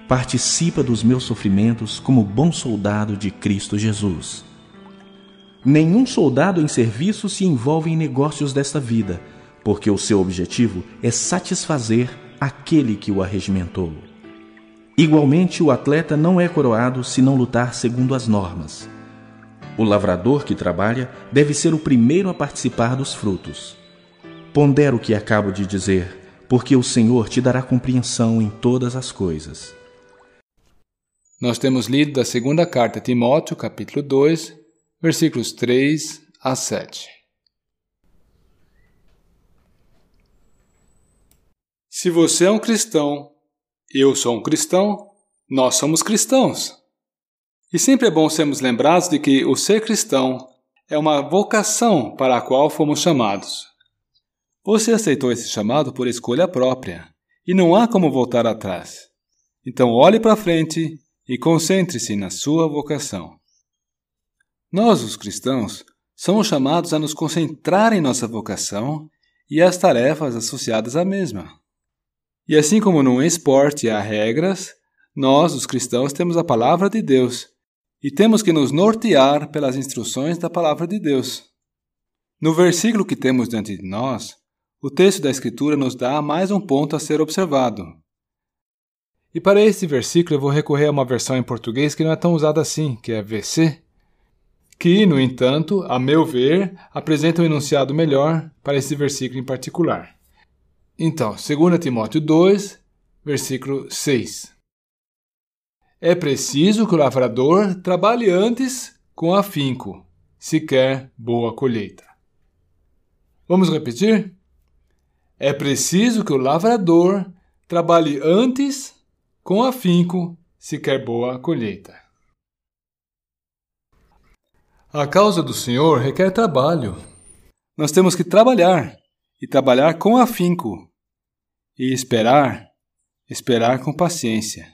participa dos meus sofrimentos como bom soldado de Cristo Jesus. Nenhum soldado em serviço se envolve em negócios desta vida, porque o seu objetivo é satisfazer aquele que o arregimentou. Igualmente, o atleta não é coroado se não lutar segundo as normas. O lavrador que trabalha deve ser o primeiro a participar dos frutos. Pondera o que acabo de dizer, porque o Senhor te dará compreensão em todas as coisas. Nós temos lido da segunda carta a Timóteo, capítulo 2, versículos 3 a 7. Se você é um cristão, eu sou um cristão, nós somos cristãos. E sempre é bom sermos lembrados de que o ser cristão é uma vocação para a qual fomos chamados. Você aceitou esse chamado por escolha própria, e não há como voltar atrás. Então olhe para frente e concentre-se na sua vocação. Nós, os cristãos, somos chamados a nos concentrar em nossa vocação e as tarefas associadas à mesma. E assim como num esporte há regras, nós, os cristãos, temos a palavra de Deus e temos que nos nortear pelas instruções da palavra de Deus. No versículo que temos diante de nós, o texto da Escritura nos dá mais um ponto a ser observado. E para esse versículo eu vou recorrer a uma versão em português que não é tão usada assim, que é VC, que, no entanto, a meu ver, apresenta um enunciado melhor para esse versículo em particular. Então, 2 Timóteo 2, versículo 6. É preciso que o lavrador trabalhe antes com afinco, se quer boa colheita. Vamos repetir? É preciso que o lavrador trabalhe antes com afinco, se quer boa colheita. A causa do Senhor requer trabalho. Nós temos que trabalhar, e trabalhar com afinco, e esperar com paciência.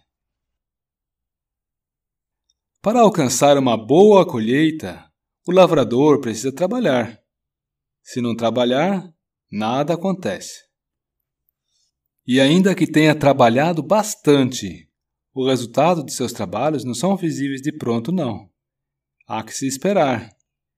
Para alcançar uma boa colheita, o lavrador precisa trabalhar. Se não trabalhar, nada acontece. E ainda que tenha trabalhado bastante, o resultado de seus trabalhos não são visíveis de pronto, não. Há que se esperar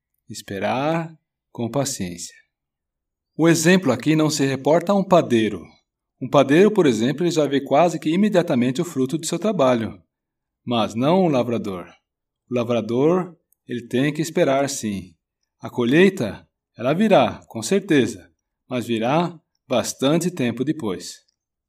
com paciência. O exemplo aqui não se reporta a um padeiro. Um padeiro, por exemplo, ele já vê quase que imediatamente o fruto do seu trabalho. Mas não um lavrador. O lavrador, ele tem que esperar sim. A colheita, ela virá, com certeza, mas virá bastante tempo depois.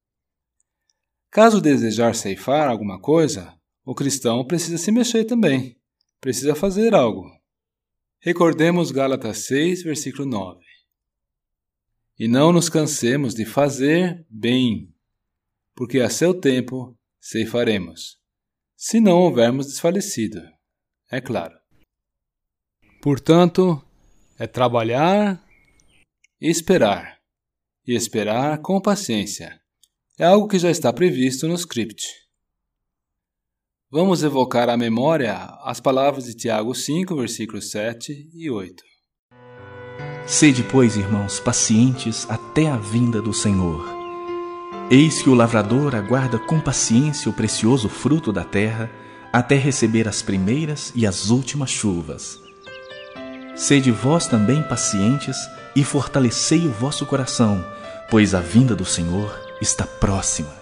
Caso desejar ceifar alguma coisa, o cristão precisa se mexer também. Precisa fazer algo. Recordemos Gálatas 6, versículo 9. E não nos cansemos de fazer bem, porque a seu tempo ceifaremos, se não houvermos desfalecido, é claro. Portanto, é trabalhar e esperar com paciência. É algo que já está previsto no script. Vamos evocar à memória as palavras de Tiago 5, versículos 7 e 8. Sede, pois, irmãos, pacientes até a vinda do Senhor. Eis que o lavrador aguarda com paciência o precioso fruto da terra, até receber as primeiras e as últimas chuvas. Sede vós também pacientes e fortalecei o vosso coração, pois a vinda do Senhor está próxima.